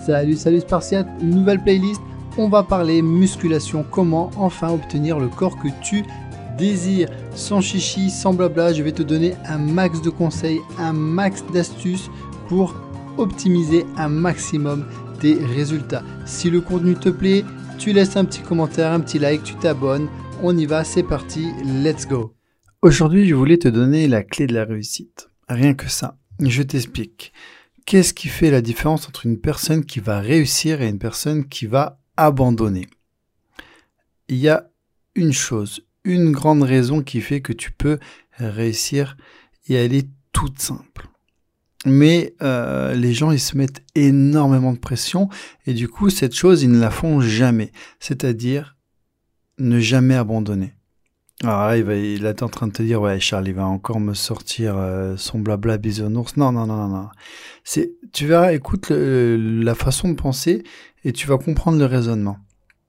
Salut Spartiate, nouvelle playlist, on va parler musculation, comment enfin obtenir le corps que tu désires. Sans chichi, sans blabla, je vais te donner un max de conseils, un max d'astuces pour optimiser un maximum tes résultats. Si le contenu te plaît, tu laisses un petit commentaire, un petit like, tu t'abonnes, on y va, c'est parti, let's go. Aujourd'hui, je voulais te donner la clé de la réussite. Rien que ça, je t'explique. Qu'est-ce qui fait la différence entre une personne qui va réussir et une personne qui va abandonner? Il y a une chose, une grande raison qui fait que tu peux réussir et elle est toute simple. Mais les gens, ils se mettent énormément de pression et du coup, cette chose, ils ne la font jamais. C'est-à-dire ne jamais abandonner. Alors là, il est en train de te dire, ouais, Charles, il va encore me sortir son blabla bisounours. Non. Tu verras, écoute la façon de penser et tu vas comprendre le raisonnement.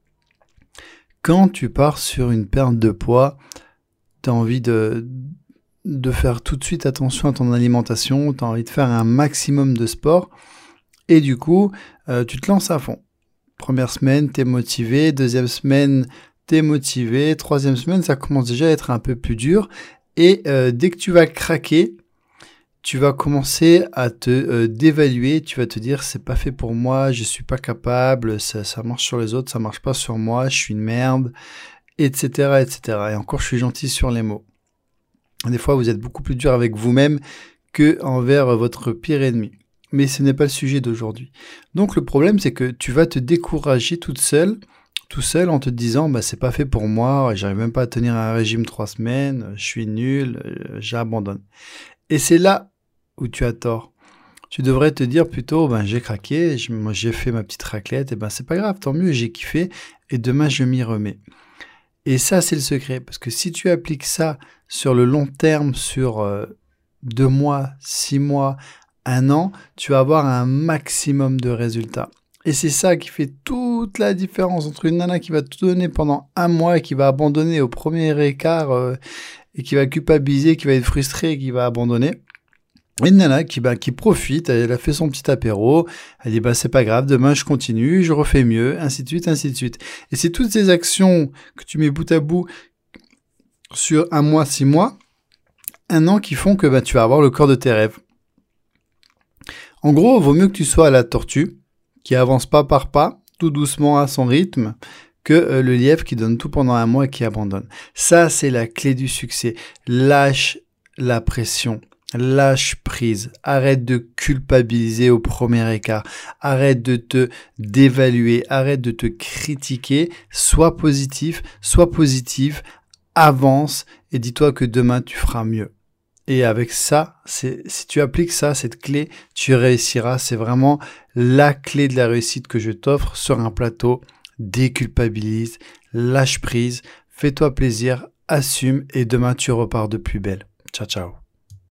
Quand tu pars sur une perte de poids, tu as envie de faire tout de suite attention à ton alimentation, tu as envie de faire un maximum de sport et du coup, tu te lances à fond. Première semaine, tu es motivé. Deuxième semaine, t'es motivé, troisième semaine, ça commence déjà à être un peu plus dur. Et dès que tu vas craquer, tu vas commencer à te dévaluer. Tu vas te dire, c'est pas fait pour moi, je suis pas capable, ça marche sur les autres, ça marche pas sur moi, je suis une merde, etc., etc. Et encore, je suis gentil sur les mots. Des fois, vous êtes beaucoup plus dur avec vous-même que envers votre pire ennemi. Mais ce n'est pas le sujet d'aujourd'hui. Donc, le problème, c'est que tu vas te décourager tout seul en te disant c'est pas fait pour moi, j'arrive même pas à tenir un régime 3 semaines, je suis nul, j'abandonne. Et c'est là où tu as tort. Tu devrais te dire plutôt j'ai craqué, j'ai fait ma petite raclette, et c'est pas grave, tant mieux, j'ai kiffé et demain je m'y remets. Et ça c'est le secret, parce que si tu appliques ça sur le long terme, sur 2 mois, 6 mois, 1 an, tu vas avoir un maximum de résultats. Et c'est ça qui fait toute la différence entre une nana qui va tout donner pendant 1 mois et qui va abandonner au premier écart et qui va culpabiliser, qui va être frustrée et qui va abandonner. Et une nana qui profite, elle a fait son petit apéro, elle dit c'est pas grave, demain je continue, je refais mieux, ainsi de suite, ainsi de suite. Et c'est toutes ces actions que tu mets bout à bout sur 1 mois, 6 mois, 1 an qui font que tu vas avoir le corps de tes rêves. En gros, il vaut mieux que tu sois à la tortue, qui avance pas par pas, tout doucement à son rythme, que le lièvre qui donne tout pendant 1 mois et qui abandonne. Ça, c'est la clé du succès. Lâche la pression, lâche prise, arrête de culpabiliser au premier écart, arrête de te dévaluer, arrête de te critiquer, sois positif, sois positive, avance et dis-toi que demain tu feras mieux. Et avec ça, si tu appliques ça, cette clé, tu réussiras. C'est vraiment la clé de la réussite que je t'offre sur un plateau. Déculpabilise, lâche prise, fais-toi plaisir, assume et demain tu repars de plus belle. Ciao, ciao.